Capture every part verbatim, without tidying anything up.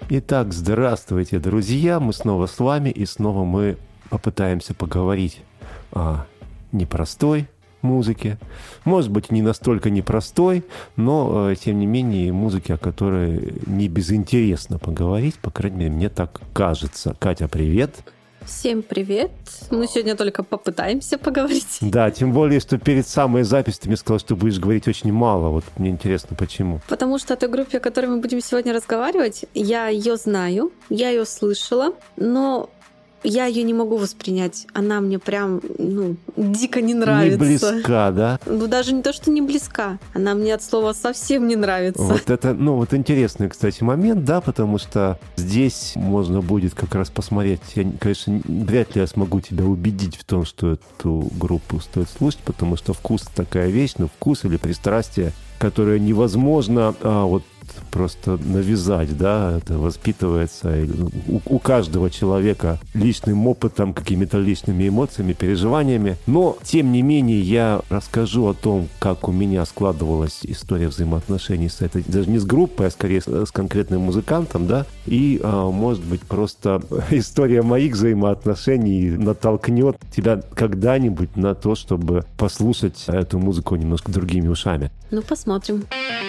Итак, здравствуйте, друзья! Мы снова с вами, и снова мы попытаемся поговорить о непростой музыке. Может быть, не настолько непростой, но, тем не менее, музыке, о которой не безинтересно поговорить, по крайней мере, мне так кажется. Катя, привет! Всем привет! Мы сегодня только попытаемся поговорить. Да, тем более, что перед самой записью ты мне сказала, что будешь говорить очень мало. Вот мне интересно, почему. Потому что о той группе, о которой мы будем сегодня разговаривать, я ее знаю, я ее слышала, но я ее не могу воспринять. Она мне прям, ну, дико не нравится. Не близка, да? Ну, даже не то, что не близка. Она мне от слова совсем не нравится. Вот это, ну, вот интересный, кстати, момент, да, потому что здесь можно будет как раз посмотреть. Я, конечно, вряд ли я смогу тебя убедить в том, что эту группу стоит слушать, потому что вкус такая вещь, ну, вкус или пристрастие, которое невозможно а, вот просто навязать, да, это воспитывается у, у каждого человека личным опытом, какими-то личными эмоциями, переживаниями. Но, тем не менее, я расскажу о том, как у меня складывалась история взаимоотношений с этой, даже не с группой, а скорее с, с конкретным музыкантом, да, и, а, может быть, просто история моих взаимоотношений натолкнет тебя когда-нибудь на то, чтобы послушать эту музыку немножко другими ушами. Ну, посмотрим.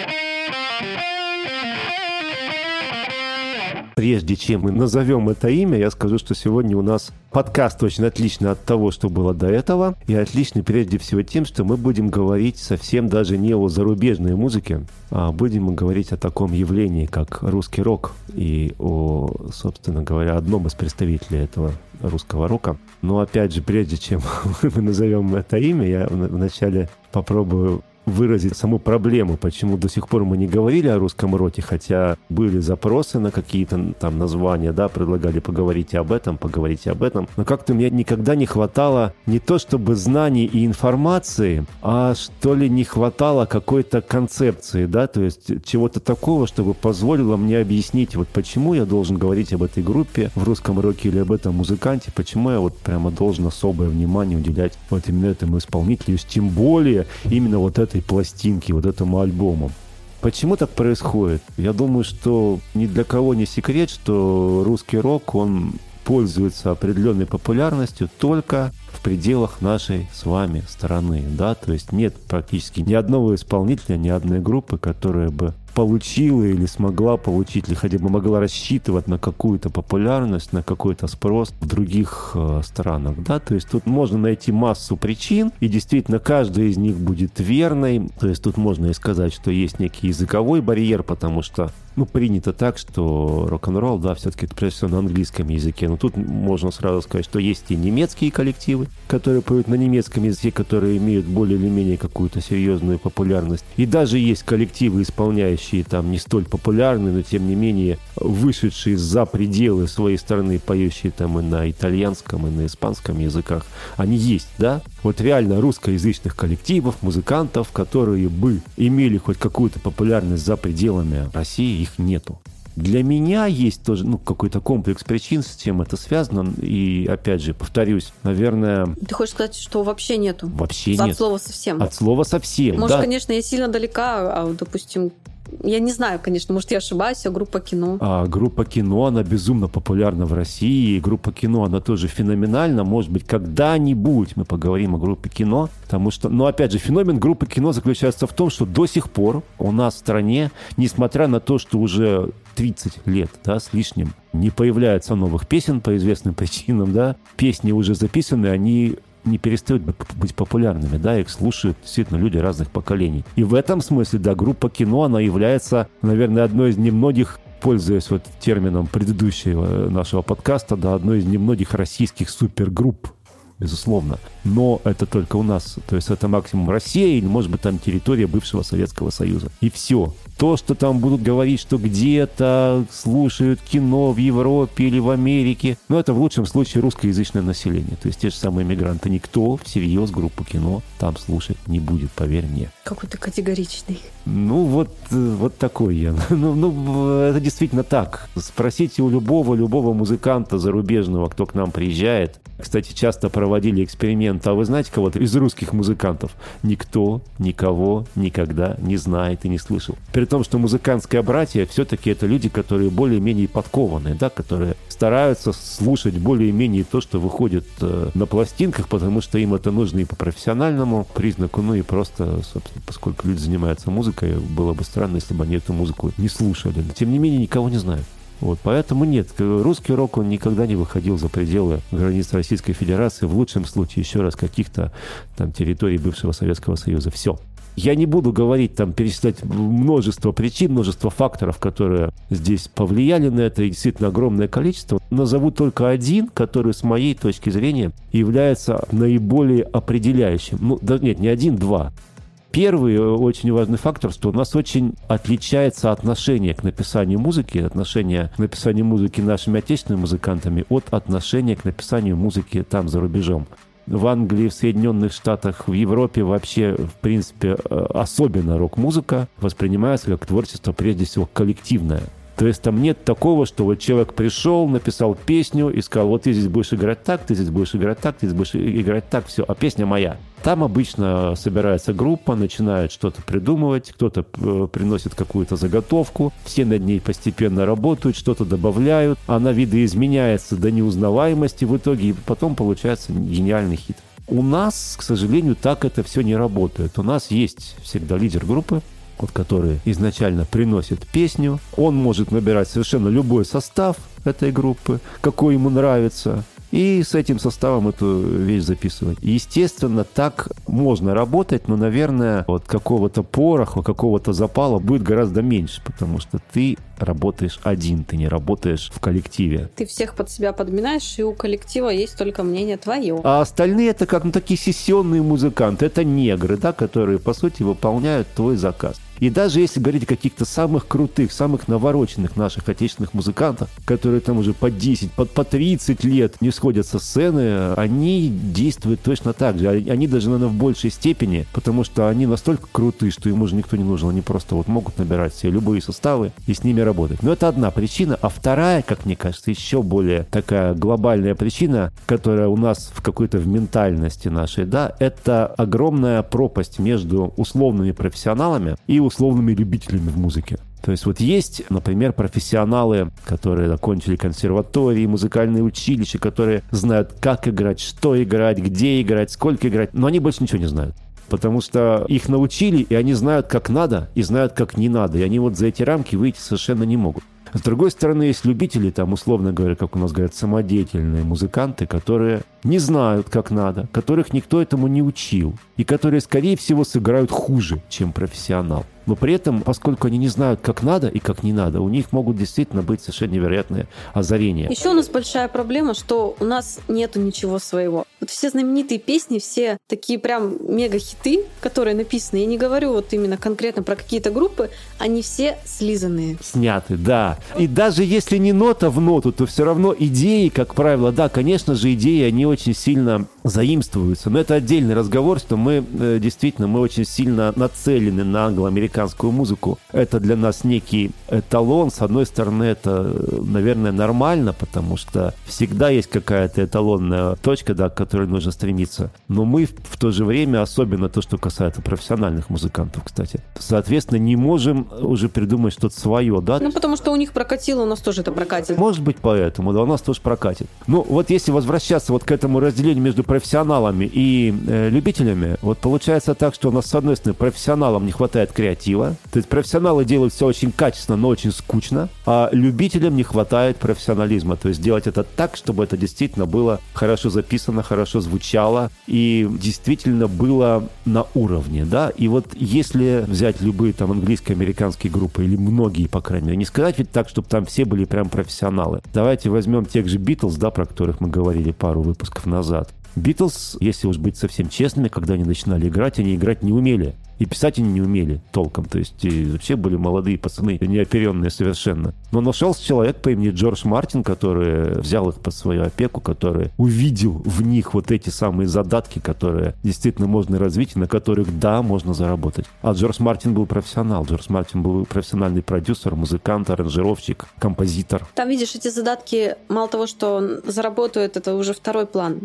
Прежде чем мы назовем это имя, я скажу, что сегодня у нас подкаст очень отличный от того, что было до этого, и отличный прежде всего тем, что мы будем говорить совсем даже не о зарубежной музыке, а будем говорить о таком явлении, как русский рок, и о, собственно говоря, одном из представителей этого русского рока. Но опять же, прежде чем мы назовем это имя, я вначале попробую выразить саму проблему, почему до сих пор мы не говорили о русском роке, хотя были запросы на какие-то там названия, да, предлагали поговорить об этом, поговорить об этом. Но как-то мне никогда не хватало не то чтобы знаний и информации, а что ли не хватало какой-то концепции, да, то есть чего-то такого, чтобы позволило мне объяснить, вот почему я должен говорить об этой группе в русском роке или об этом музыканте, почему я вот прямо должен особое внимание уделять вот именно этому исполнителю, тем более именно вот это этой пластинки, вот этому альбому. Почему так происходит? Я думаю, что ни для кого не секрет, что русский рок, он пользуется определенной популярностью только в пределах нашей с вами страны, да, то есть нет практически ни одного исполнителя, ни одной группы, которая бы получила или смогла получить, или хотя бы могла рассчитывать на какую-то популярность, на какой-то спрос в других э, странах, да, то есть тут можно найти массу причин, и действительно каждая из них будет верной, то есть тут можно и сказать, что есть некий языковой барьер, потому что, ну, принято так, что рок-н-ролл, да, все-таки это прежде всего на английском языке, но тут можно сразу сказать, что есть и немецкие коллективы, которые поют на немецком языке, которые имеют более или менее какую-то серьезную популярность, и даже есть коллективы, исполняющие там не столь популярные, но тем не менее вышедшие за пределы своей страны, поющие там и на итальянском, и на испанском языках, они есть, да? Вот реально русскоязычных коллективов, музыкантов, которые бы имели хоть какую-то популярность за пределами России, их нету. Для меня есть тоже, ну, какой-то комплекс причин, с чем это связано. И, опять же, повторюсь, наверное... Ты хочешь сказать, что вообще нету? Вообще От нет. От слова совсем? От слова совсем, Может, да. конечно, я сильно далека, а, допустим... Я не знаю, конечно, может, я ошибаюсь, а группа «Кино». А, группа «Кино», она безумно популярна в России. И группа «Кино», она тоже феноменальна. Может быть, когда-нибудь мы поговорим о группе «Кино». Потому что, но опять же, феномен группы «Кино» заключается в том, что до сих пор у нас в стране, несмотря на то, что уже тридцать лет, да, с лишним, не появляется новых песен по известным причинам, да, песни уже записаны, они не перестают быть популярными, да, их слушают действительно люди разных поколений. И в этом смысле, да, группа «Кино», она является, наверное, одной из немногих, пользуясь вот термином предыдущего нашего подкаста, да, одной из немногих российских супергрупп, безусловно. Но это только у нас. То есть это максимум Россия или, может быть, там территория бывшего Советского Союза. И все. То, что там будут говорить, что где-то слушают кино в Европе или в Америке, ну, это в лучшем случае русскоязычное население. То есть те же самые мигранты. Никто всерьез группу «Кино» там слушать не будет, поверь мне. Какой ты категоричный. Ну, вот, вот такой я. Ну, ну, это действительно так. Спросите у любого, любого музыканта зарубежного, кто к нам приезжает. Кстати, часто проводят проводили эксперимент, а вы знаете кого-то из русских музыкантов? Никто никого никогда не знает и не слышал. При том, что музыкантское братье все-таки это люди, которые более-менее подкованные, да, которые стараются слушать более-менее то, что выходит э, на пластинках, потому что им это нужно и по профессиональному признаку, ну и просто, собственно, поскольку люди занимаются музыкой, было бы странно, если бы они эту музыку не слушали. Но, тем не менее, никого не знают. Вот, поэтому нет, русский рок, он никогда не выходил за пределы границ Российской Федерации, в лучшем случае, еще раз, каких-то там территорий бывшего Советского Союза. Все. Я не буду говорить, там, перечислять множество причин, множество факторов, которые здесь повлияли на это, и действительно огромное количество. Назову только один, который, с моей точки зрения, является наиболее определяющим. Ну, да, нет, не один, два. Первый очень важный фактор, что у нас очень отличается отношение к написанию музыки, отношение к написанию музыки нашими отечественными музыкантами от отношения к написанию музыки там, за рубежом. В Англии, в Соединенных Штатах, в Европе вообще, в принципе, особенно рок-музыка воспринимается как творчество, прежде всего, коллективное. То есть там нет такого, что вот человек пришел, написал песню и сказал, вот ты здесь будешь играть так, ты здесь будешь играть так, ты здесь будешь играть так, все, а песня моя. Там обычно собирается группа, начинает что-то придумывать, кто-то приносит какую-то заготовку, все над ней постепенно работают, что-то добавляют, она видоизменяется до неузнаваемости в итоге, и потом получается гениальный хит. У нас, к сожалению, так это все не работает. У нас есть всегда лидер группы, вот, который изначально приносит песню. Он может набирать совершенно любой состав этой группы, какой ему нравится, и с этим составом эту вещь записывать. Естественно, так можно работать, но, наверное, вот какого-то пороха, какого-то запала будет гораздо меньше, потому что ты работаешь один, ты не работаешь в коллективе. Ты всех под себя подминаешь, и у коллектива есть только мнение твое. А остальные это как ну, такие сессионные музыканты, это негры, да, которые, по сути, выполняют твой заказ. И даже если говорить о каких-то самых крутых, самых навороченных наших отечественных музыкантах, которые там уже по десять, по, по тридцать лет не сходят со сцены, они действуют точно так же. Они даже, наверное, в большей степени, потому что они настолько крутые, что им уже никто не нужен. Они просто вот могут набирать себе любые составы и с ними работать. Но это одна причина. А вторая, как мне кажется, еще более такая глобальная причина, которая у нас в какой-то в ментальности нашей, да, это огромная пропасть между условными профессионалами и условными любителями в музыке. То есть вот есть, например, профессионалы, которые окончили консерватории, музыкальные училища, которые знают, как играть, что играть, где играть, сколько играть, но они больше ничего не знают. Потому что их научили, и они знают, как надо, и знают, как не надо. И они вот за эти рамки выйти совершенно не могут. С другой стороны, есть любители, там, условно говоря, как у нас говорят, самодеятельные музыканты, которые не знают, как надо, которых никто этому не учил, и которые, скорее всего, сыграют хуже, чем профессионал. Но при этом, поскольку они не знают, как надо и как не надо, у них могут действительно быть совершенно невероятные озарения. Еще у нас большая проблема, что у нас нету ничего своего. Вот все знаменитые песни, все такие прям мега-хиты, которые написаны, я не говорю вот именно конкретно про какие-то группы, они все слизанные. Сняты, да. И даже если не нота в ноту, то все равно идеи, как правило, да, конечно же, идеи, они очень сильно заимствуются. Но это отдельный разговор, что мы э, действительно, мы очень сильно нацелены на англо-американскую музыку. Это для нас некий эталон. С одной стороны, это, наверное, нормально, потому что всегда есть какая-то эталонная точка, да, к которой нужно стремиться. Но мы в, в то же время, особенно то, что касается профессиональных музыкантов, кстати, соответственно, не можем уже придумать что-то свое, да? Ну, потому что у них прокатило, у нас тоже это прокатит. Может быть, поэтому, да, у нас тоже прокатит. Ну, вот если возвращаться вот к этому разделению между профессионалами и э, любителями, вот получается так, что у нас, с одной стороны, профессионалам не хватает креатива, то есть профессионалы делают все очень качественно, но очень скучно, а любителям не хватает профессионализма, то есть делать это так, чтобы это действительно было хорошо записано, хорошо звучало и действительно было на уровне, да, и вот если взять любые там английско-американские группы или многие, по крайней мере, не сказать ведь так, чтобы там все были прям профессионалы. Давайте возьмем тех же Битлз, да, про которых мы говорили пару выпусков назад. Битлз, если уж быть совсем честными, когда они начинали играть, они играть не умели. И писать они не умели толком. То есть и вообще были молодые пацаны, неоперенные совершенно. Но нашелся человек по имени Джордж Мартин, который взял их под свою опеку, который увидел в них вот эти самые задатки, которые действительно можно развить, и на которых, да, можно заработать. А Джордж Мартин был профессионал. Джордж Мартин был профессиональный продюсер, музыкант, аранжировщик, композитор. Там, видишь, эти задатки, мало того, что он заработает, это уже второй план.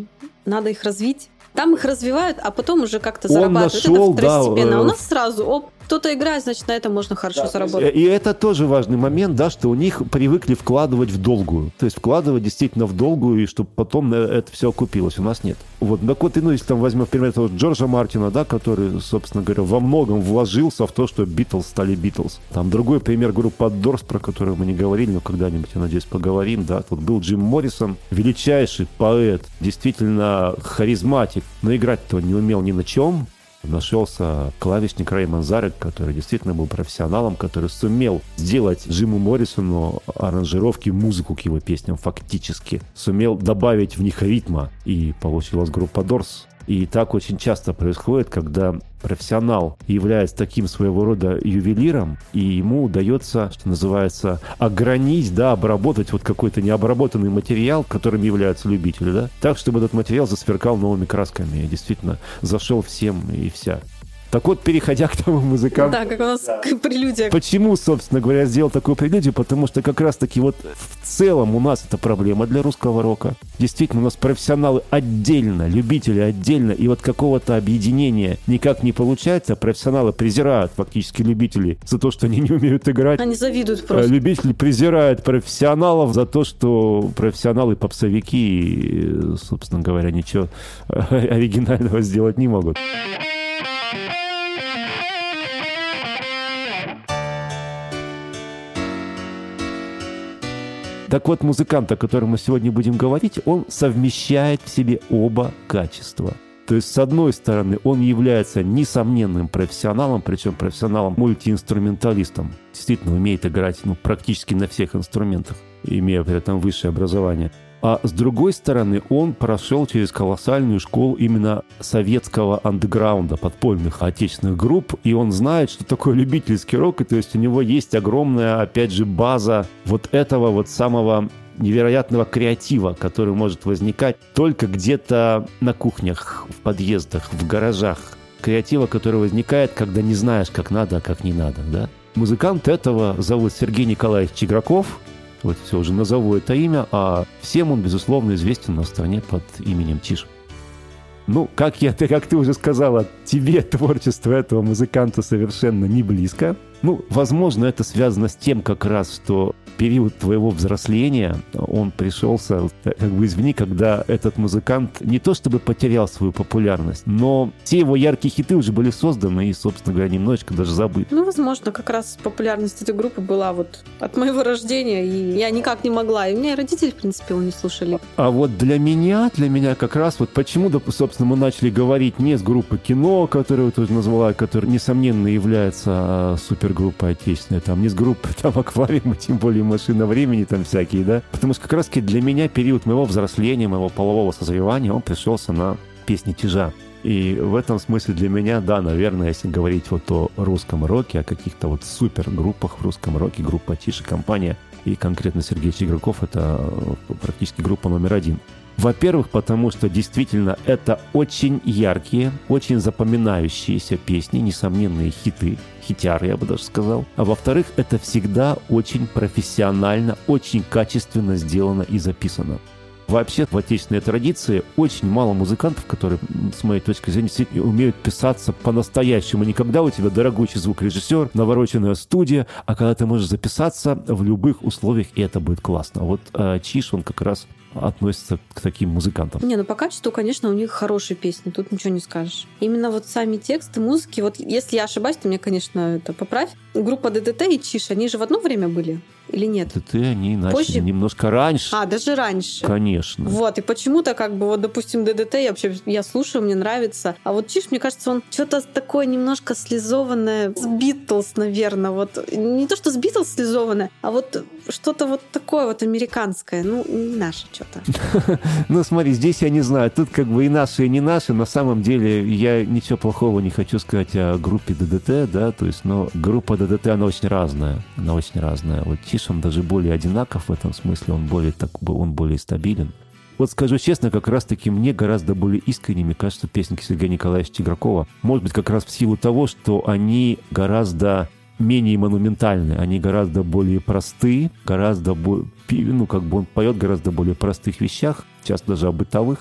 надо их развить. Там их развивают, а потом уже как-то Он зарабатывают. нашел, это второстепенно. да, А у нас сразу, оп, кто-то играет, значит, на этом можно хорошо да, заработать. И это тоже важный момент, да, что у них привыкли вкладывать в долгую. То есть вкладывать действительно в долгую, и чтобы потом это все окупилось. У нас нет. Вот, так вот, и, ну, если там возьмем, например, того Джорджа Мартина, да, который, собственно говоря, во многом вложился в то, что Битлз стали Битлз. Там другой пример группы Doors, про которую мы не говорили, но когда-нибудь, я надеюсь, поговорим, да. Тут был Джим Моррисон, величайший поэт, действительно харизматик, но играть-то он не умел ни на чем. Нашелся клавишник Рэй Манзарек, который действительно был профессионалом, который сумел сделать Джиму Моррисону аранжировки, музыку к его песням фактически. Сумел добавить в них ритма, и получилась группа Doors. И так очень часто происходит, когда профессионал является таким своего рода ювелиром, и ему удается, что называется, огранить, да, обработать вот какой-то необработанный материал, которым являются любители, да, так, чтобы этот материал засверкал новыми красками и действительно зашел всем и вся. Так вот, переходя к тому музыканту... Да, как у нас да. прелюдия. Почему, собственно говоря, сделал такую прелюдию? Потому что как раз-таки вот в целом у нас это проблема для русского рока. Действительно, у нас профессионалы отдельно, любители отдельно, и вот какого-то объединения никак не получается. Профессионалы презирают фактически любителей за то, что они не умеют играть. Они завидуют просто. Любители презирают профессионалов за то, что профессионалы попсовики, собственно говоря, ничего оригинального сделать не могут. Так вот, музыкант, о котором мы сегодня будем говорить, он совмещает в себе оба качества. То есть, с одной стороны, он является несомненным профессионалом, причем профессионалом-мультиинструменталистом. Действительно умеет играть ну, практически на всех инструментах, имея при этом высшее образование. А с другой стороны, он прошел через колоссальную школу именно советского андеграунда, подпольных отечественных групп, и он знает, что такое любительский рок, и то есть у него есть огромная, опять же, база вот этого вот самого невероятного креатива, который может возникать только где-то на кухнях, в подъездах, в гаражах. Креатива, который возникает, когда не знаешь, как надо, а как не надо, да? Музыкант этого зовут Сергей Николаевич Чиграков. Вот все, уже назову это имя, а всем он, безусловно, известен на стране под именем Чиж. Ну, как, я, как ты уже сказала, тебе творчество этого музыканта совершенно не близко. Ну, возможно, это связано с тем как раз, что период твоего взросления, он пришелся как бы извне, когда этот музыкант не то чтобы потерял свою популярность, но все его яркие хиты уже были созданы и, собственно говоря, немножечко даже забыты. Ну, возможно, как раз популярность этой группы была вот от моего рождения, и я никак не могла. И у меня и родители, в принципе, его не слушали. А вот для меня, для меня как раз вот почему, собственно, мы начали говорить не с группы «Кино», которую ты уже назвала, которая, несомненно, является супергруппой отечественной, там, не с группы там «Аквариум», тем более «Машина времени» там всякие, да? Потому что как раз-таки для меня период моего взросления, моего полового созревания, он пришелся на песни Чижа. И в этом смысле для меня, да, наверное, если говорить вот о русском роке, о каких-то вот супергруппах в русском роке, группа Чиж и компания, и конкретно Сергей Чиграков, это практически группа номер один. Во-первых, потому что действительно это очень яркие, очень запоминающиеся песни, несомненные хиты, хитяры, я бы даже сказал. А во-вторых, это всегда очень профессионально, очень качественно сделано и записано. Вообще, в отечественной традиции очень мало музыкантов, которые, с моей точки зрения, действительно умеют писаться по-настоящему. Не когда у тебя дорогущий звукорежиссер, навороченная студия, а когда ты можешь записаться в любых условиях, и это будет классно. Вот э, Чиж, он как раз относится к таким музыкантам. Не, ну по качеству, конечно, у них хорошие песни, тут ничего не скажешь. Именно вот сами тексты, музыки, вот если я ошибаюсь, то мне, конечно, это поправь. Группа ДДТ и Чиж, они же в одно время были? Или нет? ДДТ они начали Позже? Немножко раньше. А, даже раньше. Конечно. Вот, и почему-то, как бы, вот, допустим, ДДТ я вообще я слушаю, мне нравится. А вот Чиж, мне кажется, он что-то такое немножко слезованное с Битлз, наверное. Вот. Не то, что с Битлз слезованное, а вот что-то вот такое вот американское. Ну, не наше что-то. Ну, смотри, здесь я не знаю. Тут как бы и наши, и не наши. На самом деле я ничего плохого не хочу сказать о группе ДДТ, да, то есть, но группа ДДТ, она очень разная. Она очень разная. Вот Чиж, он даже более одинаков в этом смысле, он более, так, он более стабилен. Вот скажу честно, как раз-таки мне гораздо более искренними кажутся песенки Сергея Николаевича Чигракова. Может быть, как раз в силу того, что они гораздо менее монументальны, они гораздо более просты, гораздо более, ну, как бы он поет гораздо более простых вещах, часто даже о бытовых.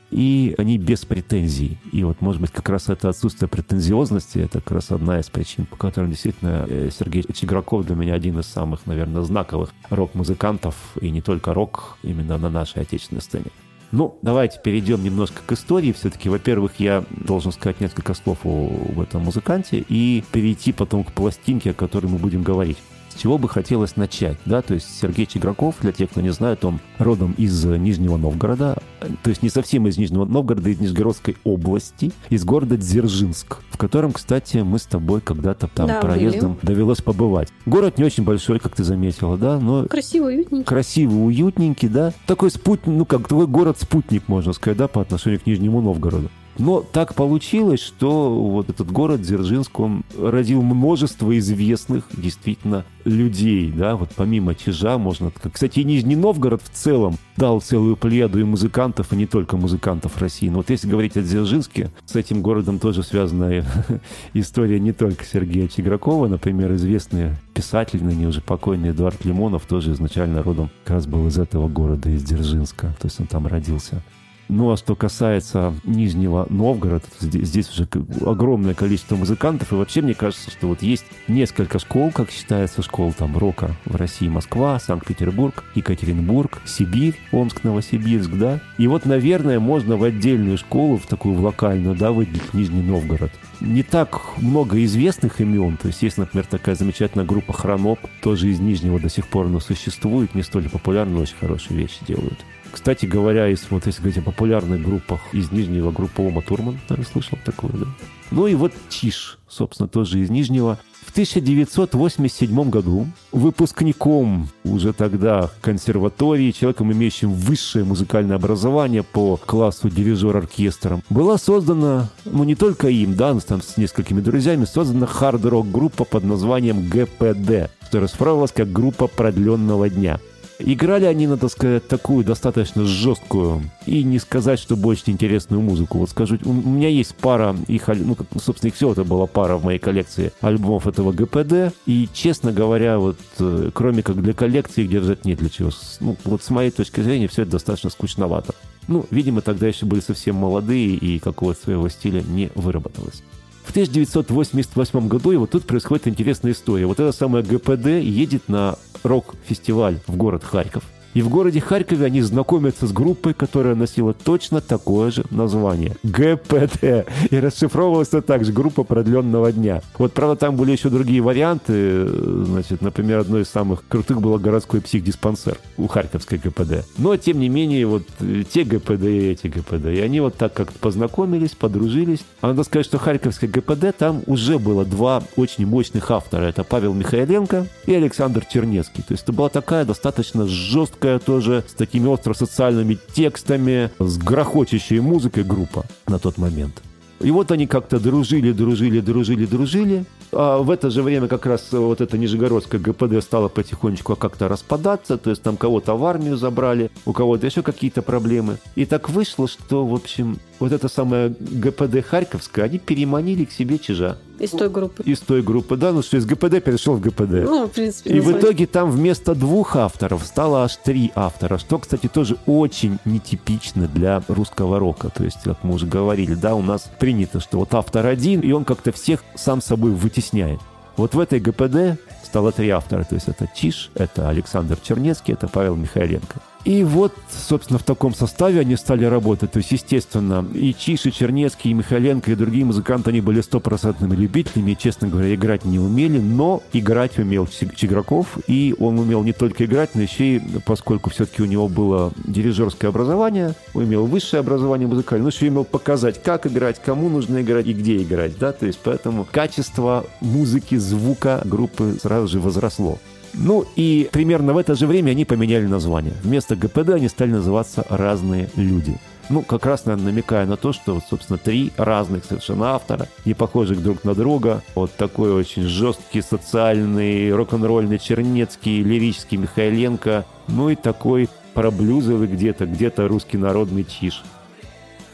и они без претензий. И вот, может быть, как раз это отсутствие претензиозности, это как раз одна из причин, по которым действительно Сергей Чиграков для меня один из самых, наверное, знаковых рок-музыкантов, и не только рок, именно на нашей отечественной сцене. Ну, давайте перейдем немножко к истории. Все-таки, во-первых, я должен сказать несколько слов об этом музыканте и перейти потом к пластинке, о которой мы будем говорить. С чего бы хотелось начать, да, то есть Сергей Чиграков, для тех, кто не знает, он родом из Нижнего Новгорода, то есть не совсем из Нижнего Новгорода, из Нижегородской области, из города Дзержинск, в котором, кстати, мы с тобой когда-то там да, проездом были. Довелось побывать. Город не очень большой, как ты заметила, да, но... Красивый, уютненький. Красивый, уютненький, да. Такой спутник, ну как, твой город-спутник, можно сказать, да, по отношению к Нижнему Новгороду. Но так получилось, что вот этот город Дзержинск, он родил множество известных действительно людей, да, вот помимо Чижа можно... Кстати, Нижний Новгород в целом дал целую плеяду и музыкантов, и не только музыкантов России. Но вот если говорить о Дзержинске, с этим городом тоже связана история не только Сергея Чигракова, например, известный писатель, ныне уже покойный Эдуард Лимонов, тоже изначально родом как раз был из этого города, из Дзержинска, то есть он там родился. Ну, а что касается Нижнего Новгорода, здесь, здесь уже огромное количество музыкантов, и вообще мне кажется, что вот есть несколько школ, как считается, школ там рока в России: Москва, Санкт-Петербург, Екатеринбург, Сибирь, Омск, Новосибирск, да. И вот, наверное, можно в отдельную школу, в такую в локальную, да, выделить Нижний Новгород. Не так много известных имен, то есть есть, например, такая замечательная группа Хроноп, тоже из Нижнего до сих пор, но существует, не столь популярна, но очень хорошие вещи делают. Кстати говоря, из, вот если говорить о популярных группах из Нижнего, группа Ума Турман, наверное, слышал такое, да? Ну и вот Чиж, собственно, тоже из Нижнего. В тысяча девятьсот восемьдесят седьмом году выпускником уже тогда консерватории, человеком, имеющим высшее музыкальное образование по классу дирижер-оркестром, была создана, ну не только им, да, но там с несколькими друзьями, создана хард-рок-группа под названием гэ пэ дэ, что расшифровывалась как группа продленного дня. Играли они, надо сказать, такую достаточно жесткую и не сказать, что больше интересную музыку. Вот скажу, у меня есть пара их, ну, собственно, их всего это была пара в моей коллекции альбомов этого гэ пэ дэ. И, честно говоря, вот кроме как для коллекции их держать нет для чего. Ну, вот с моей точки зрения все это достаточно скучновато. Ну, видимо, тогда еще были совсем молодые и какого-то своего стиля не выработалось. В тысяча девятьсот восемьдесят восьмом году и вот тут происходит интересная история. Вот эта самая гэ пэ дэ едет на рок-фестиваль в город Харьков. И в городе Харькове они знакомятся с группой, которая носила точно такое же название – гэ пэ дэ. И расшифровывалась так же – группа продленного дня. Вот, правда, там были еще другие варианты. Значит, например, одной из самых крутых была городской психдиспансер у Харьковской гэ пэ дэ. Но, тем не менее, вот те гэ пэ дэ и эти гэ пэ дэ. И они вот так как-то познакомились, подружились. А надо сказать, что Харьковская гэ пэ дэ там уже было два очень мощных автора. Это Павел Михайленко и Александр Чернецкий. То есть это была такая достаточно жесткая тоже, с такими остро-социальными текстами, с грохочущей музыкой группа на тот момент. И вот они как-то дружили, дружили, дружили, дружили. А в это же время как раз вот эта Нижегородская гэ пэ дэ стала потихонечку как-то распадаться, то есть там кого-то в армию забрали, у кого-то еще какие-то проблемы. И так вышло, что, в общем, вот эта самая гэ пэ дэ Харьковская, они переманили к себе Чижа. Из той группы. Из той группы, да, ну что из гэ пэ дэ перешел в гэ пэ дэ. Ну, в принципе. И в итоге там вместо двух авторов стало аж три автора, что, кстати, тоже очень нетипично для русского рока. То есть, как мы уже говорили, да, у нас принято, что вот автор один, и он как-то всех сам собой вытесняет. Вот в этой гэ пэ дэ стало три автора, то есть это Чиж, это Александр Чернецкий, это Павел Михайленко. И вот, собственно, в таком составе они стали работать. То есть, естественно, и Чиж, и Чернецкий, и Михайленко, и другие музыканты, они были стопроцентными любителями, и, честно говоря, играть не умели, но играть умел Чиграков, и он умел не только играть, но еще и, поскольку все-таки у него было дирижерское образование, он имел высшее образование музыкальное, но еще и умел показать, как играть, кому нужно играть и где играть, да, то есть, поэтому качество музыки, звука группы сразу же возросло. Ну и примерно в это же время они поменяли название. Вместо гэ пэ дэ они стали называться «Разные люди». Ну, как раз, наверное, намекая на то, что, собственно, три разных совершенно автора, не похожих друг на друга. Вот такой очень жесткий, социальный, рок-н-ролльный Чернецкий, лирический Михайленко, ну и такой проблюзовый где-то, где-то русский народный Чиж.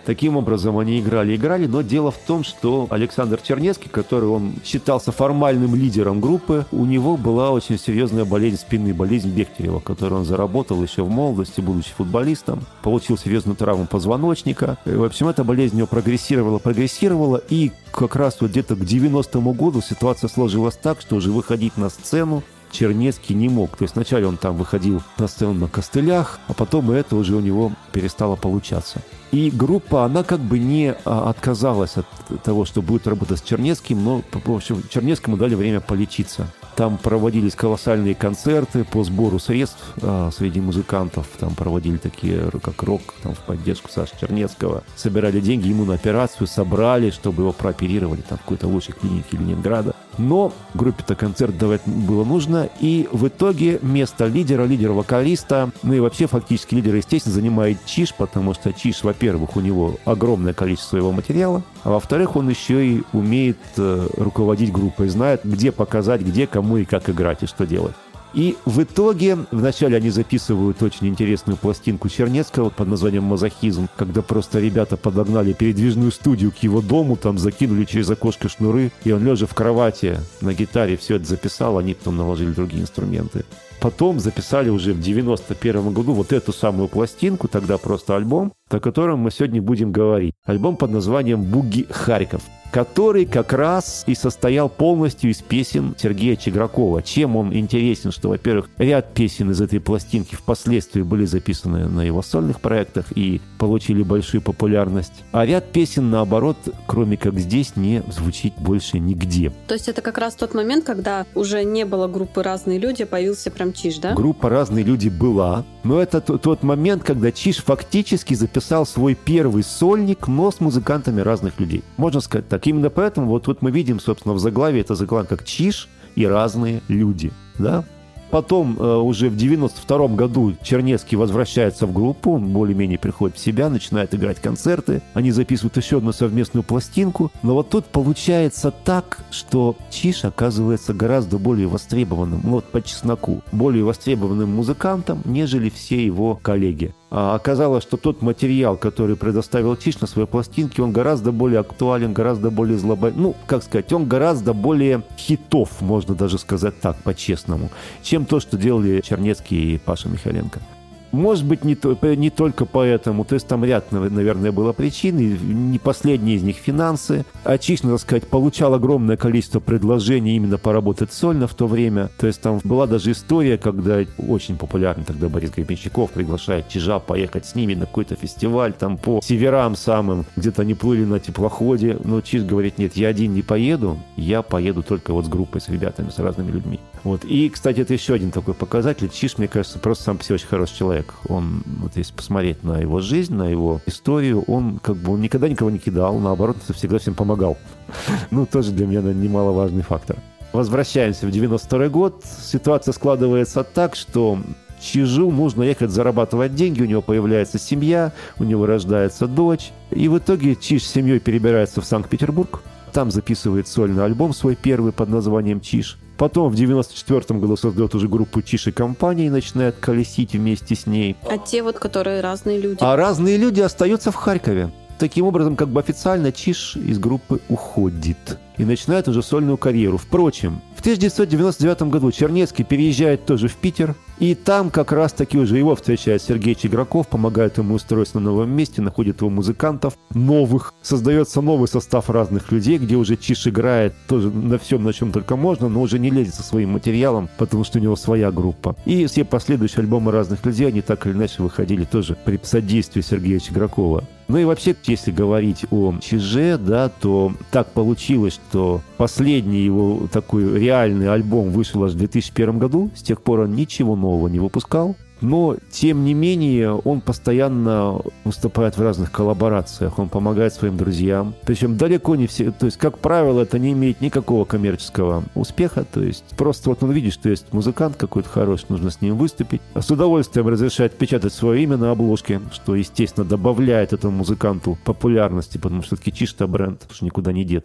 Таким образом, они играли, играли, но дело в том, что Александр Чернецкий, который он считался формальным лидером группы, у него была очень серьезная болезнь спины, болезнь Бехтерева, которую он заработал еще в молодости, будучи футболистом, получил серьезную травму позвоночника. И, в общем, эта болезнь у него прогрессировала, прогрессировала, и как раз вот где-то к девяностому году ситуация сложилась так, что уже выходить на сцену Чернецкий не мог. То есть вначале он там выходил на сцену на костылях, а потом и это уже у него перестало получаться. И группа, она как бы не а, отказалась от того, что будет работать с Чернецким, но, в общем, Чернецкому дали время полечиться. Там проводились колоссальные концерты по сбору средств а, среди музыкантов. Там проводили такие, как рок, там, в поддержку Саши Чернецкого. Собирали деньги ему на операцию, собрали, чтобы его прооперировали там, в какой-то лучшей клинике Ленинграда. Но группе-то концерт давать было нужно, и в итоге место лидера, лидера-вокалиста, ну и вообще фактически лидера, естественно, занимает Чиж, потому что Чиж, во-первых, у него огромное количество его материала, а во-вторых, он еще и умеет э, руководить группой, знает, где показать, где, кому и как играть, и что делать. И в итоге вначале они записывают очень интересную пластинку Чернецкого под названием «Мазохизм», когда просто ребята подогнали передвижную студию к его дому, там закинули через окошко шнуры, и он, лежа в кровати на гитаре, все это записал, они потом наложили другие инструменты. Потом записали уже в девяносто первом году вот эту самую пластинку, тогда просто альбом, о котором мы сегодня будем говорить. Альбом под названием «Буги Харьков», который как раз и состоял полностью из песен Сергея Чигракова. Чем он интересен, что, во-первых, ряд песен из этой пластинки впоследствии были записаны на его сольных проектах и получили большую популярность, а ряд песен, наоборот, кроме как здесь, не звучит больше нигде. То есть это как раз тот момент, когда уже не было группы «Разные люди», появился прям Чиж, да? Группа «Разные люди» была, но это тот момент, когда Чиж фактически записал свой первый сольник, но с музыкантами разных людей. Можно сказать так. Именно поэтому вот тут мы видим, собственно, в заглавии это заглавие как «Чиж и разные люди». Да? Потом э, уже в девяносто втором году Чернецкий возвращается в группу, он более-менее приходит в себя, начинает играть концерты, они записывают еще одну совместную пластинку, но вот тут получается так, что Чиж оказывается гораздо более востребованным, ну вот по чесноку, более востребованным музыкантом, нежели все его коллеги. А оказалось, что тот материал, который предоставил Чиж на своей пластинке, он гораздо более актуален, гораздо более злободневный, ну, как сказать, он гораздо более хитов, можно даже сказать так, по-честному, чем то, что делали Чернецкий и Паша Михайленко. Может быть, не, то, не только поэтому. То есть там ряд, наверное, было причин. И не последние из них финансы. А Чиж, надо сказать, получал огромное количество предложений именно поработать сольно в то время. То есть там была даже история, когда очень популярный тогда Борис Гребенщиков приглашает Чижа поехать с ними на какой-то фестиваль там по северам самым. Где-то они плыли на теплоходе. Но Чиж говорит: нет, я один не поеду. Я поеду только вот с группой, с ребятами, с разными людьми. Вот. И, кстати, это еще один такой показатель. Чиж, мне кажется, просто сам по себе очень хороший человек. Он, вот если посмотреть на его жизнь, на его историю, он как бы он никогда никого не кидал, наоборот, всегда всем помогал. Ну, тоже для меня, наверное, немаловажный фактор. Возвращаемся в девяносто второй год. Ситуация складывается так, что Чижу нужно ехать зарабатывать деньги, у него появляется семья, у него рождается дочь. И в итоге Чиж с семьей перебирается в Санкт-Петербург. Там записывает сольный альбом свой первый под названием «Чиж». Потом в девяносто четвёртом году создает уже группу «Чиж и компания» и начинает колесить вместе с ней. А те вот, которые разные люди? А разные люди остаются в Харькове. Таким образом, как бы официально Чиж из группы уходит и начинает уже сольную карьеру. Впрочем, в тысяча девятьсот девяносто девятом году Чернецкий переезжает тоже в Питер, и там как раз-таки уже его встречает Сергей Чиграков, помогает ему устроиться на новом месте, находит его музыкантов новых, создается новый состав разных людей, где уже Чиж играет тоже на всем, на чем только можно, но уже не лезет со своим материалом, потому что у него своя группа. И все последующие альбомы разных людей, они так или иначе выходили тоже при содействии Сергея Чигракова. Ну и вообще, если говорить о Чиже, да, то так получилось, что последний его такой реальный альбом вышел аж в две тысячи первом году. С тех пор он ничего нового не выпускал. Но, тем не менее, он постоянно выступает в разных коллаборациях, он помогает своим друзьям. Причем далеко не все, то есть, как правило, это не имеет никакого коммерческого успеха, то есть просто вот он видит, что есть музыкант какой-то хороший, нужно с ним выступить. А с удовольствием разрешает печатать свое имя на обложке, что, естественно, добавляет этому музыканту популярности, потому что все-таки Чиж-то бренд, потому что никуда не деться.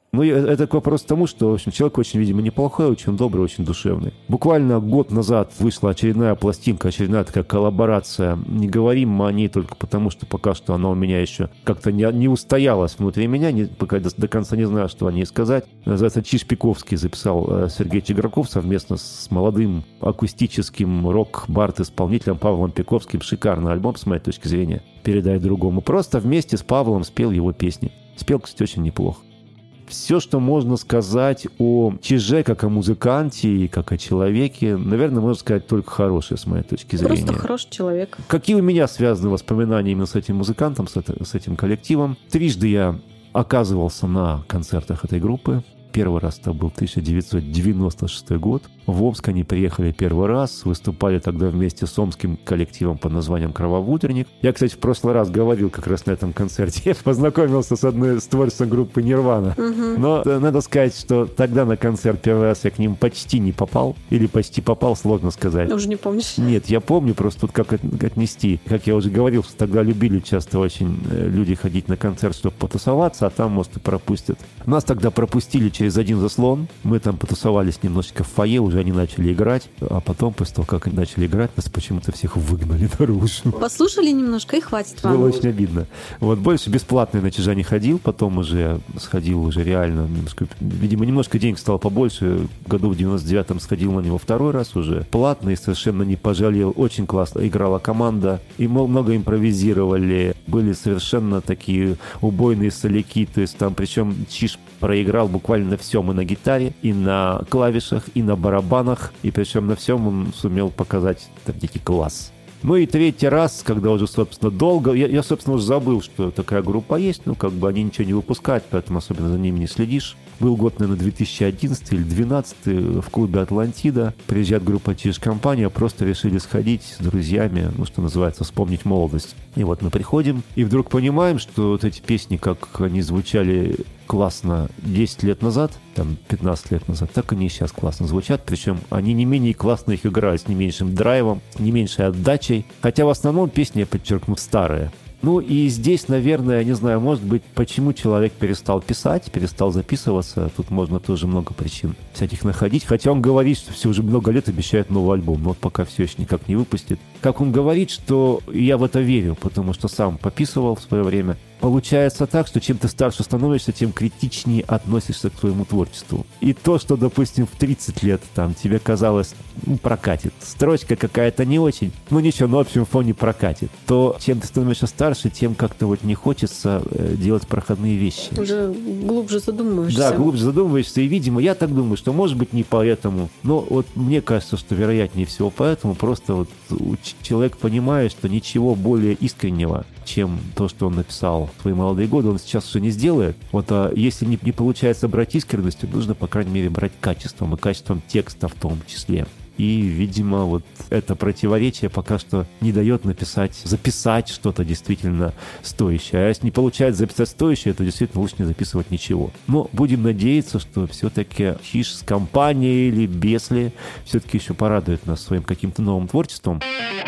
Ну, это вопрос к тому, что, в общем, человек очень, видимо, неплохой, очень добрый, очень душевный. Буквально год назад вышла очередная пластинка, очередная такая коллаборация. Не говорим мы о ней только потому, что пока что она у меня еще как-то не, не устоялась внутри меня, не, пока до, до конца не знаю, что о ней сказать. Называется «Чиж Пиковский», записал э, Сергей Чиграков совместно с молодым акустическим рок-бард-исполнителем Павлом Пиковским. Шикарный альбом, с моей точки зрения, передай другому. Просто вместе с Павлом спел его песни. Спел, кстати, очень неплохо. Все, что можно сказать о Чиже, как о музыканте и как о человеке, наверное, можно сказать только хорошее, с моей точки зрения. Просто хороший человек. Какие у меня связаны воспоминания именно с этим музыкантом, с, это, с этим коллективом? Трижды я оказывался на концертах этой группы. Первый раз это был тысяча девятьсот девяносто шестой год. В Омск они приехали первый раз, выступали тогда вместе с омским коллективом под названием «Кровавутренник». Я, кстати, в прошлый раз говорил как раз на этом концерте. Я познакомился с одной с творцем группы «Нирвана». Угу. Но надо сказать, что тогда на концерт первый раз я к ним почти не попал. Или почти попал, сложно сказать. Уже не помнишь? Нет, я помню, просто тут как отнести. Как я уже говорил, что тогда любили часто очень люди ходить на концерт, чтобы потусоваться, а там, может, и пропустят. Нас тогда пропустили через один заслон. Мы там потусовались немножечко в фойе, уже они начали играть, а потом, после того, как они начали играть, нас почему-то всех выгнали наружу. Послушали немножко и хватит вам. Было очень обидно. Вот больше бесплатно на Чижа не ходил, потом уже сходил уже реально, немножко, видимо, немножко денег стало побольше. Году в девяносто девятом сходил на него второй раз уже. Платно и совершенно не пожалел. Очень классно играла команда. И много импровизировали. Были совершенно такие убойные соляки. То есть там, причем Чиж проиграл буквально на всем. И на гитаре, и на клавишах, и на барабанах. И причем на всем он сумел показать там дикий класс. Ну и третий раз, когда уже, собственно, долго... Я, я, собственно, уже забыл, что такая группа есть. Ну, как бы они ничего не выпускают, поэтому особенно за ними не следишь. Был год, наверное, две тысячи одиннадцатый или две тысячи двенадцатый в клубе «Атлантида». Приезжает группа «Чиж-компания», просто решили сходить с друзьями, ну, что называется, вспомнить молодость. И вот мы приходим, и вдруг понимаем, что вот эти песни, как они звучали классно десять лет назад, там, пятнадцать лет назад, так они и сейчас классно звучат. Причем они не менее классно их играют, с не меньшим драйвом, с не меньшей отдачей. Хотя в основном песни, я подчеркну, старые. Ну и здесь, наверное, я не знаю, может быть, почему человек перестал писать, перестал записываться. Тут можно тоже много причин всяких находить. Хотя он говорит, что все уже много лет обещает новый альбом, но вот пока все еще никак не выпустит. Как он говорит, что я в это верю, потому что сам пописывал в свое время. Получается так, что чем ты старше становишься, тем критичнее относишься к своему творчеству. И то, что, допустим, в тридцать лет там тебе казалось, ну, прокатит, строчка какая-то не очень, ну ничего, на общем фоне прокатит, то чем ты становишься старше, тем как-то вот не хочется э, делать проходные вещи. Уже глубже задумываешься. Да, глубже задумываешься, и, видимо, я так думаю, что, может быть, не поэтому, но вот мне кажется, что вероятнее всего поэтому просто вот человек понимает, что ничего более искреннего, чем то, что он написал в свои молодые годы, он сейчас уже не сделает. Вот а если не, не получается брать искренностью, нужно, по крайней мере, брать качеством, и качеством текста в том числе. И, видимо, вот это противоречие пока что не дает написать, записать что-то действительно стоящее. А если не получается записать стоящее, то действительно лучше не записывать ничего. Но будем надеяться, что все-таки Чиж с компанией или Бесли все-таки еще порадует нас своим каким-то новым творчеством.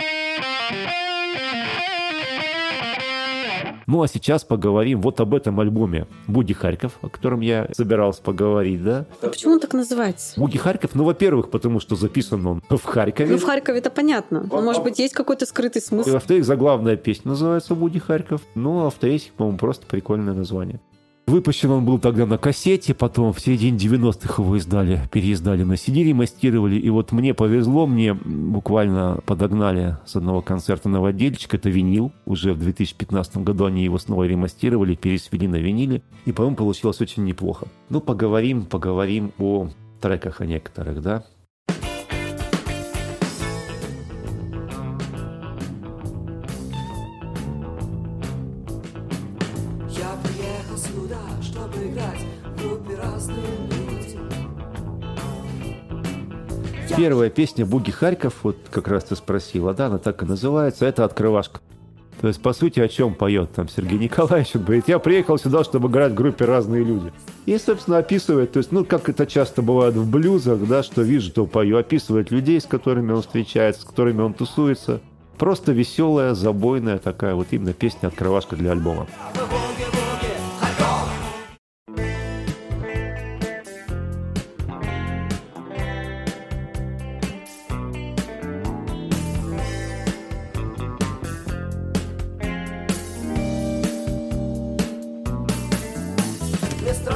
Ну, а сейчас поговорим вот об этом альбоме «Буги Харьков», о котором я собирался поговорить, да? А почему он так называется? «Буги Харьков», ну, во-первых, потому что записан он в Харькове. Ну, в Харькове это понятно. Но, может быть, есть какой-то скрытый смысл. И, во-вторых, заглавная песня называется «Буги Харьков». Ну, а в-третьих, по-моему, просто прикольное название. Выпущен он был тогда на кассете, потом в середине девяностых его издали, переиздали на си ди, ремастировали. И вот мне повезло, мне буквально подогнали с одного концерта новодельчик, это винил. Уже в две тысячи пятнадцатом году они его снова ремастировали, пересвели на виниле. И, по-моему, получилось очень неплохо. Ну, поговорим, поговорим о треках, о некоторых, да. Первая песня «Буги Харьков», вот как раз ты спросила, да, она так и называется, это «Открывашка». То есть, по сути, о чем поет там Сергей Николаевич? Он говорит, я приехал сюда, чтобы играть в группе «Разные люди». И, собственно, описывает, то есть, ну, как это часто бывает в блюзах, да, что вижу, то пою, описывает людей, с которыми он встречается, с которыми он тусуется. Просто веселая, забойная такая вот именно песня «Открывашка» для альбома.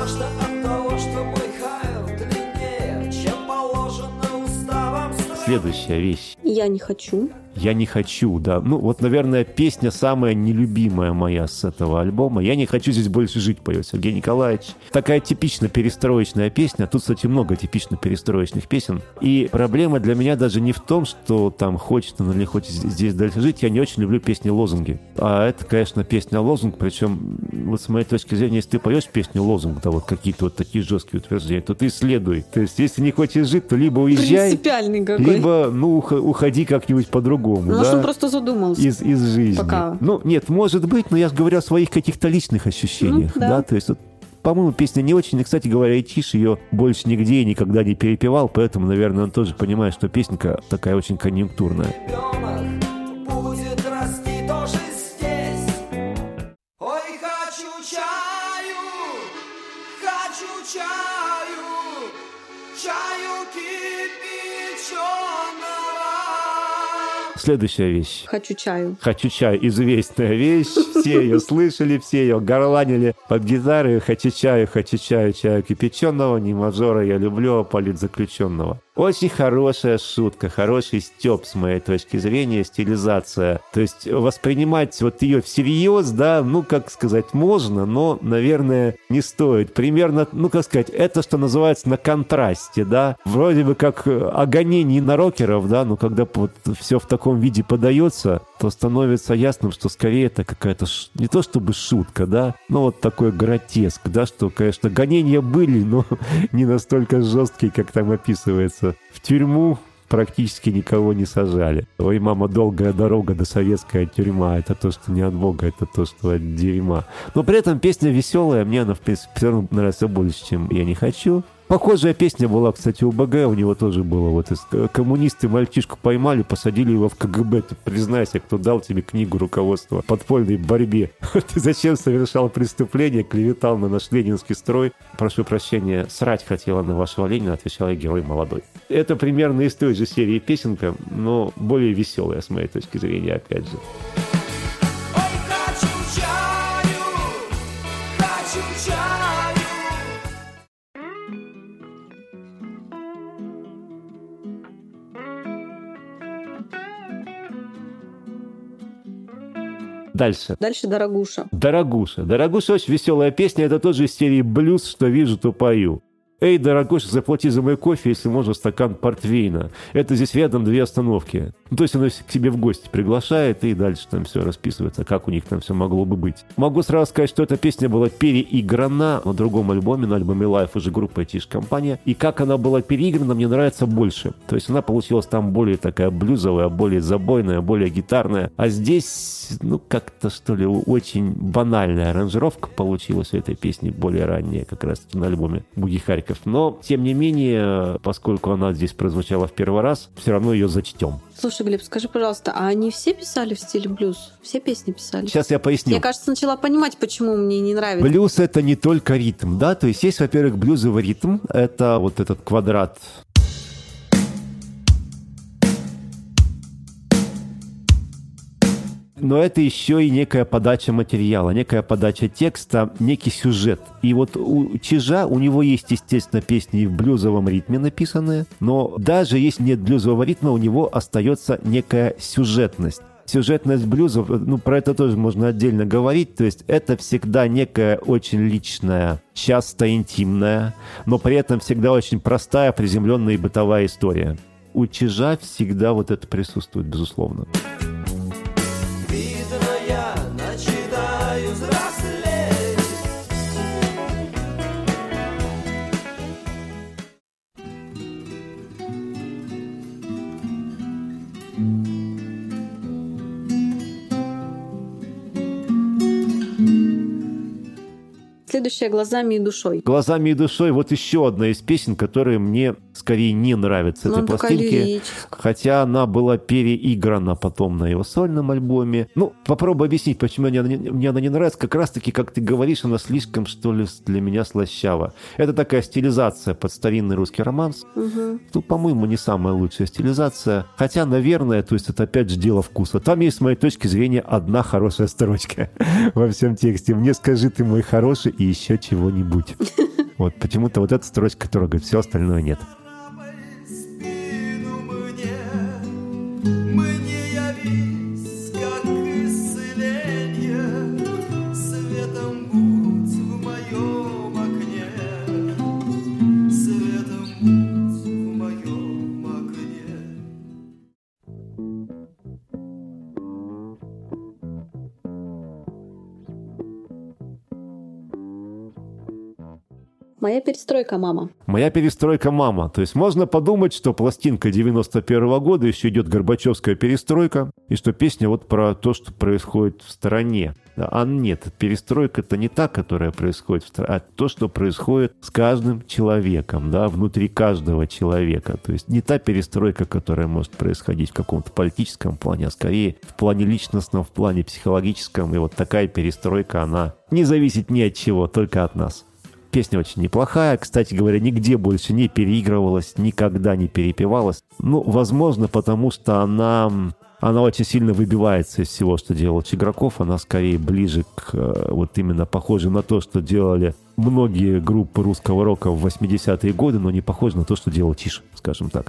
Возможно, от того, что мой хайл длиннее, чем положено уставом. Следующая вещь. Я не хочу. «Я не хочу», да. Ну, вот, наверное, песня самая нелюбимая моя с этого альбома. «Я не хочу здесь больше жить», поет Сергей Николаевич. Такая типично перестроечная песня. Тут, кстати, много типично перестроечных песен. И проблема для меня даже не в том, что там хочет он или хочет здесь дальше жить. Я не очень люблю песни-лозунги. А это, конечно, песня-лозунг. Причем, вот с моей точки зрения, если ты поешь песню-лозунг, да, вот какие-то вот такие жесткие утверждения, то ты следуй. То есть, если не хочешь жить, то либо уезжай, Принципиальный какой. либо, ну, уходи как-нибудь по-другому. Ну, да? он просто задумался. Из, из жизни. Пока. Ну, нет, может быть, но я же говорю о своих каких-то личных ощущениях. Ну, да. да, то есть, вот, по-моему, песня не очень. И, кстати говоря, и Тиш ее больше нигде и никогда не перепевал, поэтому, наверное, он тоже понимает, что песенка такая очень конъюнктурная. Ребенок будет расти тоже здесь. Ой, хочу чаю, хочу чаю, чаю кипяченого. Следующая вещь. Хочу чаю. «Хочу чаю» — известная вещь. Все ее слышали, все ее горланили под гитары. «Хочу чаю, хочу чаю, чаю кипяченого, не мажора я люблю, а политзаключенного». Очень хорошая шутка, хороший стёб, с моей точки зрения, стилизация. То есть воспринимать вот ее всерьез, да, ну, как сказать, можно, но, наверное, не стоит. Примерно, ну, как сказать, это, что называется, на контрасте, да. Вроде бы как о гонении на рокеров, да, но когда вот все в таком виде подается, то становится ясным, что скорее это какая-то, ш... не то чтобы шутка, да, но вот такой гротеск, да, что, конечно, гонения были, но не настолько жесткие, как там описывается. В тюрьму практически никого не сажали. Ой, мама, долгая дорога до советская тюрьма. Это то, что не от Бога, это то, что от дерьма. Но при этом песня веселая. Мне она, в принципе, все равно нравится больше, чем «Я не хочу». Похожая песня была, кстати, у БГ, у него тоже было. Вот коммунисты мальчишку поймали, посадили его в КГБ. Ты признайся, кто дал тебе книгу руководства подпольной борьбе. Ты зачем совершал преступление, клеветал на наш ленинский строй? Прошу прощения, срать хотела на вашего Ленина, отвечал я, герой молодой. Это примерно из той же серии песенка, но более веселая, с моей точки зрения, опять же. Ой, хочу чаю, хочу чаю. Дальше. Дальше «Дорогуша». «Дорогуша». «Дорогуша» очень веселая песня. Это тоже из серии «Блюз», что вижу, то пою. «Эй, дорогуша, заплати за мой кофе, если можно, стакан портвейна». Это здесь рядом две остановки. Ну, то есть она к себе в гости приглашает, и дальше там все расписывается, как у них там все могло бы быть. Могу сразу сказать, что эта песня была переиграна на другом альбоме, на альбоме Life, уже группа Тиш компания. И как она была переиграна, мне нравится больше. То есть она получилась там более такая блюзовая, более забойная, более гитарная. А здесь, ну, как-то, что ли, очень банальная аранжировка получилась у этой песни, более ранняя, как раз на альбоме «Буги Харьков». Но, тем не менее, поскольку она здесь прозвучала в первый раз, все равно ее зачтем. Слушай, Глеб, скажи, пожалуйста, а они все писали в стиле блюз? Все песни писали? Сейчас я поясню. Я, кажется, начала понимать, почему мне не нравится. Блюз — это не только ритм, да? То есть есть, во-первых, блюзовый ритм. Это вот этот квадрат. Но это еще и некая подача материала, некая подача текста, некий сюжет. И вот у Чижа, у него есть, естественно, песни и в блюзовом ритме написанные, но даже если нет блюзового ритма, у него остается некая сюжетность. Сюжетность блюзов, ну, про это тоже можно отдельно говорить, то есть это всегда некая очень личная, часто интимная, но при этом всегда очень простая, приземленная и бытовая история. У Чижа всегда вот это присутствует, безусловно. Видно, я начинаю взрослеть. Следующее «Глазами и душой». «Глазами и душой» — вот еще одна из песен, которая мне скорее не нравится этой пластинке. Хотя она была переиграна потом на его сольном альбоме. Ну, попробуй объяснить, почему мне она, не, мне она не нравится. Как раз-таки, как ты говоришь, она слишком, что ли, для меня слащава. Это такая стилизация под старинный русский романс. Угу. Ну, по-моему, не самая лучшая стилизация. Хотя, наверное, то есть это опять же дело вкуса. Там есть, с моей точки зрения, одна хорошая строчка во всем тексте. «Мне скажи ты, мой хороший, и еще чего-нибудь». Вот почему-то вот эта строчка трогает, все остальное нет. Спину мне, мне явись, как исцеление, светом будь в моем окне, светом будь в моем окне. Моя перестройка, мама. Моя перестройка, мама. То есть можно подумать, что пластинка девяносто первого года, еще идет Горбачевская перестройка, и что песня вот про то, что происходит в стране. А нет, перестройка — это не та, которая происходит в стране, а то, что происходит с каждым человеком, да, внутри каждого человека. То есть не та перестройка, которая может происходить в каком-то политическом плане, а скорее в плане личностном, в плане психологическом. И вот такая перестройка, она не зависит ни от чего, только от нас. Песня очень неплохая. Кстати говоря, нигде больше не переигрывалась, никогда не перепевалась. Ну, возможно, потому что она, она очень сильно выбивается из всего, что делал Чиграков. Она скорее ближе к, вот именно похоже на то, что делали многие группы русского рока в восьмидесятые годы, но не похоже на то, что делал Тише, скажем так.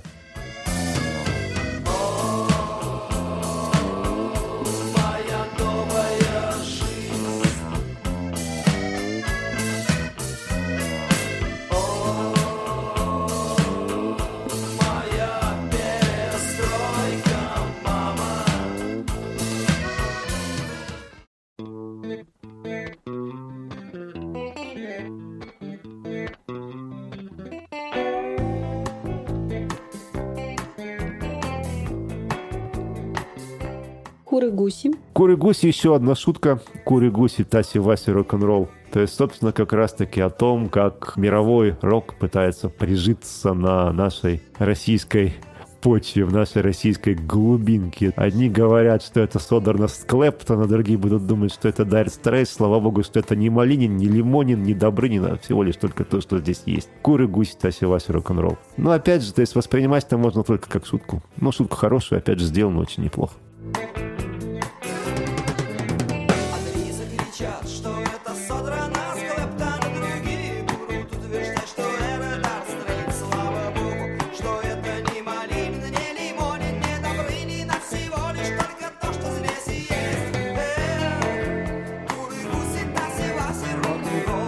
Куры-гуси. Куры-гуси, еще одна шутка. Куры-гуси, Таси-Васи, рок-н-ролл. То есть, собственно, как раз-таки о том, как мировой рок пытается прижиться на нашей российской почве, в нашей российской глубинке. Одни говорят, что это Содернос Клэптон, а другие будут думать, что это Дайр Стрейс. Слава богу, что это не Малинин, не Лимонин, не Добрынин, а всего лишь только то, что здесь есть. Куры-гуси, Таси-Васи, рок-н-ролл. Но опять же, то есть воспринимать это можно только как шутку. Но шутка хорошая, опять же, сделана очень неплохо. Одни закричат, что это Содернос Клэптон, другие будут утверждать, что это Дайр Стрейс. Слава богу, что это не Малинин, не Лимонин, не Добрынин, а всего лишь только то, что здесь и есть. Эх, куры-гуси, Таси-Васи, рок-н-ролл.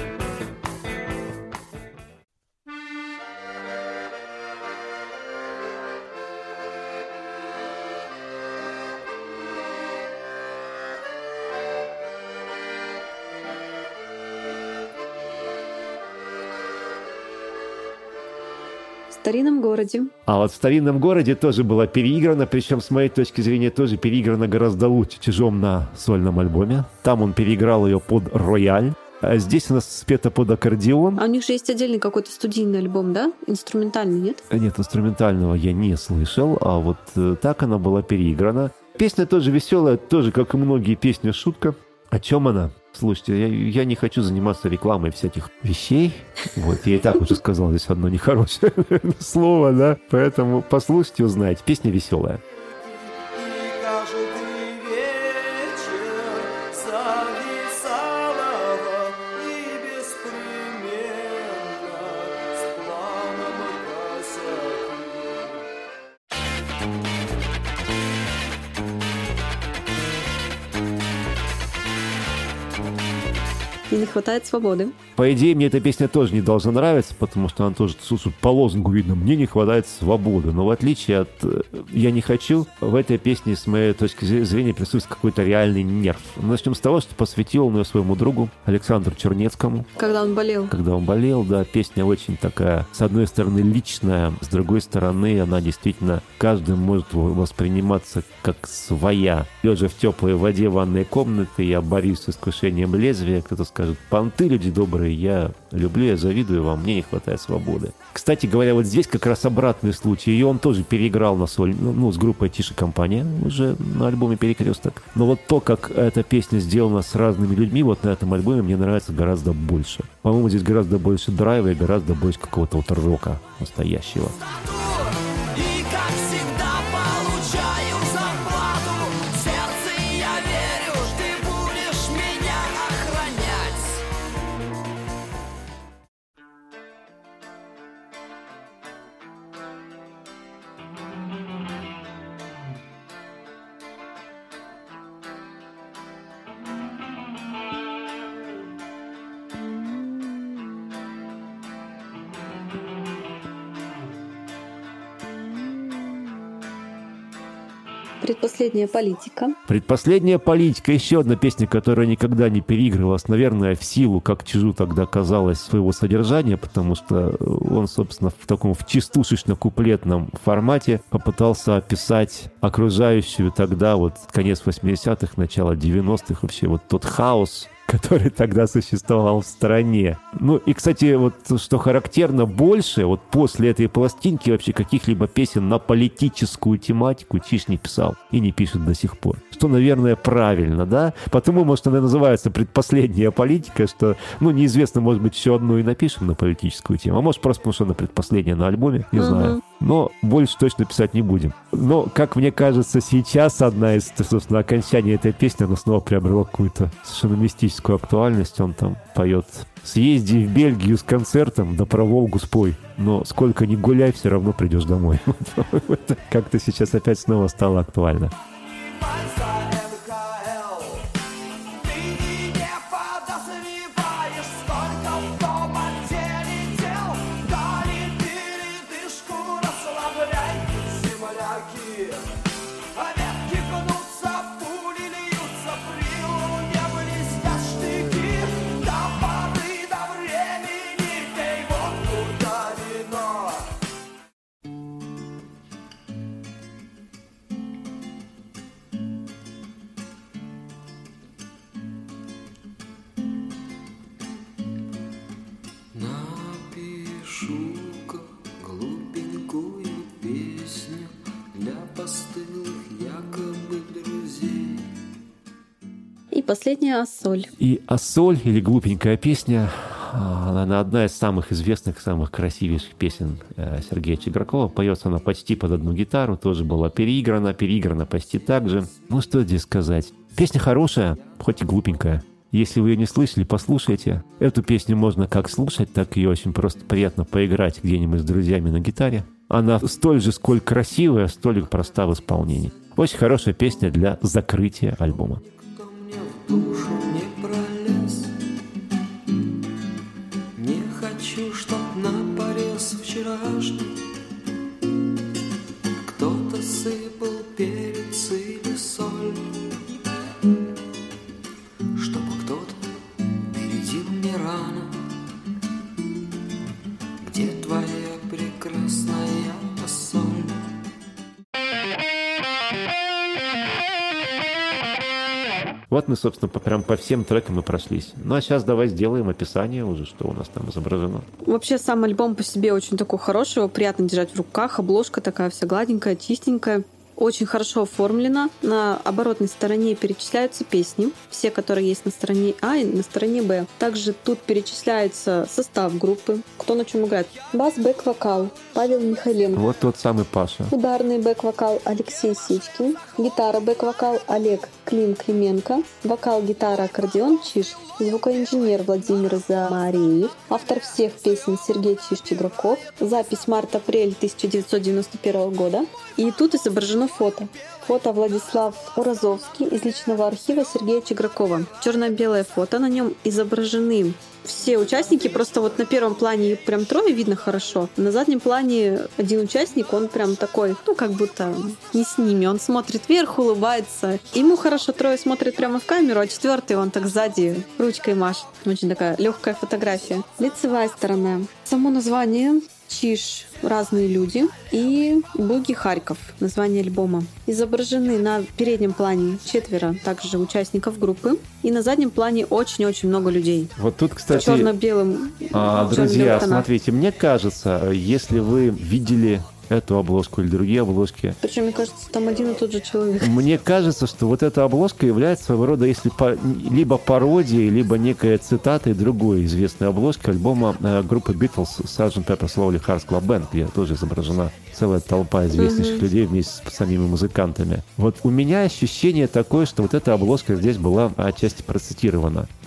В старинном городе. А вот в старинном городе тоже была переиграна, причем, с моей точки зрения, тоже переиграна гораздо лучше, чем на сольном альбоме. Там он переиграл ее под рояль, а здесь у нас спета под аккордеон. А у них же есть отдельный какой-то студийный альбом, да? Инструментальный, нет? Нет, инструментального я не слышал, а вот э, так она была переиграна. Песня тоже веселая, тоже, как и многие песни, шутка. О чем она? Слушайте, я, я не хочу заниматься рекламой всяких вещей. Вот, я и так уже сказал здесь одно нехорошее слово, да? Поэтому послушайте, узнаете. Песня веселая. И каждый вечер зависала и беспременно с планом И не хватает свободы. По идее, мне эта песня тоже не должна нравиться, потому что она тоже, слушай, по лозунгу видно, мне не хватает свободы. Но в отличие от «Я не хочу», в этой песне, с моей точки зрения, присутствует какой-то реальный нерв. Начнем с того, что посвятил он ее своему другу Александру Чернецкому. Когда он болел. Когда он болел, да, песня очень такая, с одной стороны, личная, с другой стороны, она действительно каждым может восприниматься как своя. Лежа в теплой воде ванной комнаты, я борюсь с искушением лезвия, кто-то скажет: понты, люди добрые, я люблю, я завидую вам, мне не хватает свободы. Кстати говоря, вот здесь как раз обратный случай. Ее он тоже переиграл на соль, ну, с группой «Тише компания», уже на альбоме «Перекресток». Но вот то, как эта песня сделана с разными людьми, вот на этом альбоме мне нравится гораздо больше. По-моему, здесь гораздо больше драйва и гораздо больше какого-то вот рока настоящего. Предпоследняя политика. Предпоследняя политика. Еще одна песня, которая никогда не переигрывалась, наверное, в силу, как Чижу тогда казалось, своего содержания, потому что он, собственно, в таком в частушечно-куплетном формате попытался описать окружающую тогда, вот конец восьмидесятых, начало девяностых, вообще вот тот хаос, который тогда существовал в стране. Ну и, кстати, вот что характерно, больше вот после этой пластинки вообще каких-либо песен на политическую тематику Чиж не писал и не пишет до сих пор. Что, наверное, правильно, да? Потому, может, она называется «Предпоследняя политика», что, ну, неизвестно, может быть, еще одну и напишем на политическую тему, а может, просто потому, что она предпоследняя на альбоме, не uh-huh. знаю. Но больше точно писать не будем. Но, как мне кажется, сейчас одна из, собственно, окончания этой песни, она снова приобрела какую-то совершенно мистическую актуальность. Он там поет: «Съезди в Бельгию с концертом, да про Волгу спой, но сколько ни гуляй, все равно придешь домой». Как-то сейчас опять снова стало актуально. И последняя «Ассоль». И «Ассоль» или «Глупенькая песня», она одна из самых известных, самых красивейших песен Сергея Чигракова. Поется она почти под одну гитару, тоже была переиграна, переиграна почти так же. Ну, что здесь сказать? Песня хорошая, хоть и глупенькая. Если вы ее не слышали, послушайте. Эту песню можно как слушать, так и очень просто приятно поиграть где-нибудь с друзьями на гитаре. Она столь же, сколь красивая, столь проста в исполнении. Очень хорошая песня для закрытия альбома. Душу не пролез. Не хочу, чтоб на порез вчерашний кто-то сыпал перец или соль, чтобы кто-то бередил мне рано. Где твоя прекрасная Ассоль? Вот мы, собственно, по, прям по всем трекам и прошлись. Ну а сейчас давай сделаем описание уже, что у нас там изображено. Вообще сам альбом по себе очень такой хороший, его приятно держать в руках. Обложка такая вся гладенькая, чистенькая. Очень хорошо оформлена. На оборотной стороне перечисляются песни. Все, которые есть на стороне А и на стороне Б. Также тут перечисляется состав группы. Кто на чем играет. Бас, бэк-вокал Павел Михайленко. Вот тот самый Паша. Ударный бэк-вокал Алексей Сечкин. Гитара, бэк-вокал Олег Клим Клименко. Вокал, гитара, аккордеон Чиж. Звукоинженер Владимир Замареев. Автор всех песен Сергей Чиж Чиграков. Запись март-апрель тысяча девятьсот девяносто первого года. И тут изображено фото. Фото Владислав Уразовский из личного архива Сергея Чигракова. Черно-белое фото, на нем изображены все участники, просто вот на первом плане их прям трое видно хорошо. На заднем плане один участник, он прям такой, ну как будто не с ними. Он смотрит вверх, улыбается. Ему хорошо, трое смотрят прямо в камеру, а четвертый он так сзади ручкой машет. Очень такая легкая фотография. Лицевая сторона. Само название Чиж, разные люди и Буги Харьков, название альбома. Изображены на переднем плане четверо также участников группы, и на заднем плане очень-очень много людей. Вот тут, кстати, черно-белым. А, друзья, смотрите, мне кажется, если вы видели эту обложку или другие обложки. Причем, мне кажется, там один и тот же человек. Мне кажется, что вот эта обложка является своего рода, если по, либо пародией, либо некая цитатой другой известной обложки альбома э, группы Beatles сарджент Pepper's Lonely Hearts Club Band, где тоже изображена целая толпа известнейших mm-hmm. людей вместе с самими музыкантами. Вот у меня ощущение такое, что вот эта обложка здесь была отчасти процитирована.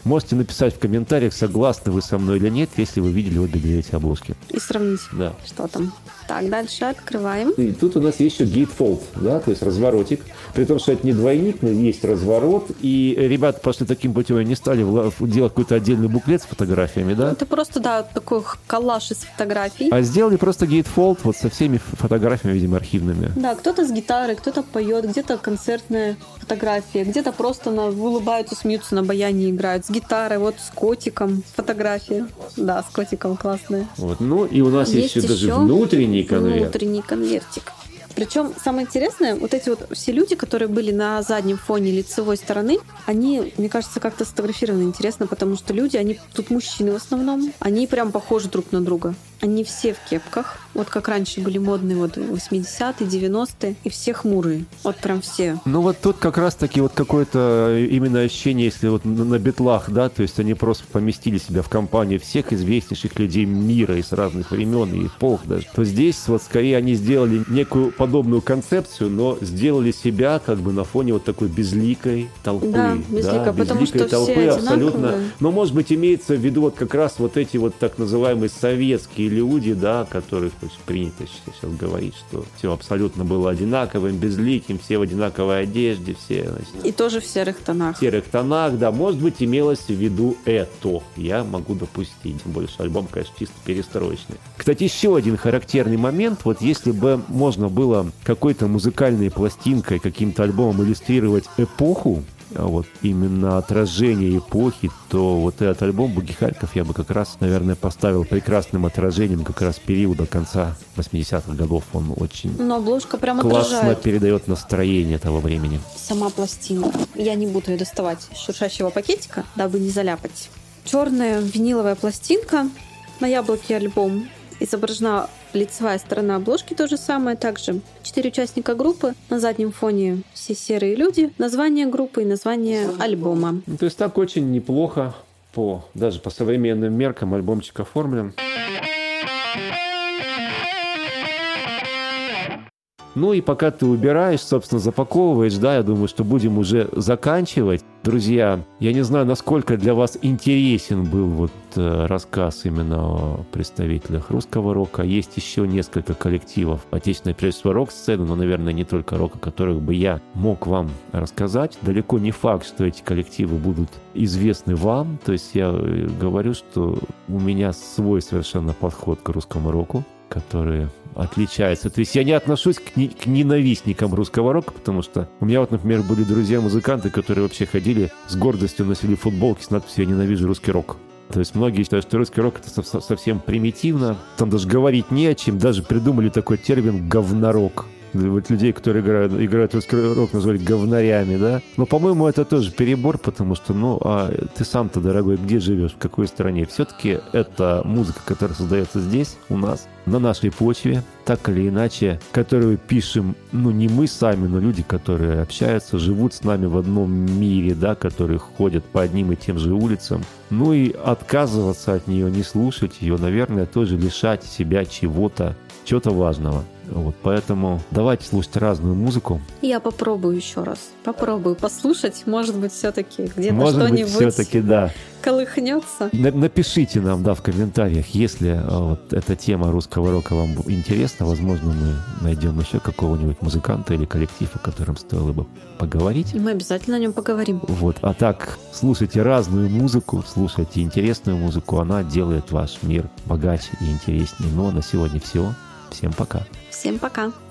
Можете написать в комментариях, согласны вы со мной или нет, если вы видели обе эти обложки. И сравнить, Да. что там. Так, дальше открываем. И тут у нас есть еще gatefold, да, то есть разворотик. При том, что это не двойник, но есть разворот. И ребята пошли таким путем, они стали вла- делать какой-то отдельный буклет с фотографиями, да? Это просто, да, такой коллаж из фотографий. А сделали просто gatefold вот со всеми фотографиями, видимо, архивными. Да, кто-то с гитарой, кто-то поет, где-то концертная фотография, где-то просто на, улыбаются, смеются, на баяне играют. С гитарой, вот с котиком фотография. Да, с котиком классная. Вот. Ну и у нас есть, есть еще даже внутренний конверт. Внутренний конвертик. Причем самое интересное, вот эти вот все люди, которые были на заднем фоне лицевой стороны, они, мне кажется, как-то сфотографированы интересно, потому что люди, они тут мужчины в основном, они прям похожи друг на друга. Они все в кепках, вот как раньше были модные вот восьмидесятые, девяностые, и все хмурые, вот прям все. Ну вот тут как раз-таки вот какое-то именно ощущение, если вот на, на битлах, да, то есть они просто поместили себя в компанию всех известнейших людей мира из разных времен и эпох даже, то здесь вот скорее они сделали некую подобную концепцию, но сделали себя как бы на фоне вот такой безликой толпы. Да, безликой, да, потому безликой что толпы все абсолютно. одинаковые. Но, может быть, имеется в виду вот как раз вот эти вот так называемые советские люди, да, которых то есть, принято сейчас говорить, что все абсолютно было одинаковым, безликим, все в одинаковой одежде, все, значит, И тоже в серых тонах. в серых тонах, да, может быть, имелось в виду это. Я могу допустить. Тем более, что альбом, конечно, чисто перестроечный. Кстати, еще один характерный момент. Вот если бы можно было какой-то музыкальной пластинкой, каким-то альбомом иллюстрировать эпоху, а вот именно отражение эпохи, то вот этот альбом «Буги Харьков» я бы как раз, наверное, поставил прекрасным отражением как раз периода конца восьмидесятых годов. Он очень Но обложка прям классно отражает передает настроение того времени. сама пластинка. Я не буду ее доставать из шуршащего пакетика, дабы не заляпать. Черная виниловая пластинка, на яблоке альбом. Изображена лицевая сторона обложки, то же самое. Также четыре участника группы, на заднем фоне все серые люди, название группы и название альбома. Ну, то есть так очень неплохо, по, даже по современным меркам, альбомчик оформлен. Ну и пока ты убираешь, собственно, запаковываешь, да, я думаю, что будем уже заканчивать. Друзья, я не знаю, насколько для вас интересен был вот э, рассказ именно о представителях русского рока. Есть еще несколько коллективов отечественной, прежде всего, рок-сцены, но, наверное, не только рок, о которых бы я мог вам рассказать. Далеко не факт, что эти коллективы будут известны вам. То есть я говорю, что у меня свой совершенно подход к русскому року, который отличается. То есть я не отношусь к, не, к ненавистникам русского рока, потому что у меня вот, например, были друзья-музыканты, которые вообще ходили с гордостью, носили футболки с надписью «Я ненавижу русский рок». То есть многие считают, что русский рок — это совсем примитивно. Там даже говорить не о чем. Даже придумали такой термин «говнорок». Вот людей, которые играют, играют русский рок, назвали говнарями, да? Но, по-моему, это тоже перебор, потому что, ну, а ты сам-то, дорогой, где живешь, в какой стране? Все-таки это музыка, которая создается здесь, у нас, на нашей почве, так или иначе, которую пишем, ну, не мы сами, но люди, которые общаются, живут с нами в одном мире, да, которые ходят по одним и тем же улицам. Ну и отказываться от нее, не слушать ее, наверное, тоже лишать себя чего-то, чего-то важного. Вот, поэтому давайте слушать разную музыку. Я попробую еще раз. Попробую послушать. Может быть, все-таки где-то Может что-нибудь быть, все-таки, да. колыхнется. На- напишите нам, да, в комментариях, если а, вот эта тема русского рока вам интересна. Возможно, мы найдем еще какого-нибудь музыканта или коллектив, о котором стоило бы поговорить. И мы обязательно о нем поговорим. Вот. А так, слушайте разную музыку, слушайте интересную музыку. Она делает ваш мир богаче и интереснее. Ну а на сегодня все. Всем пока. Всем пока.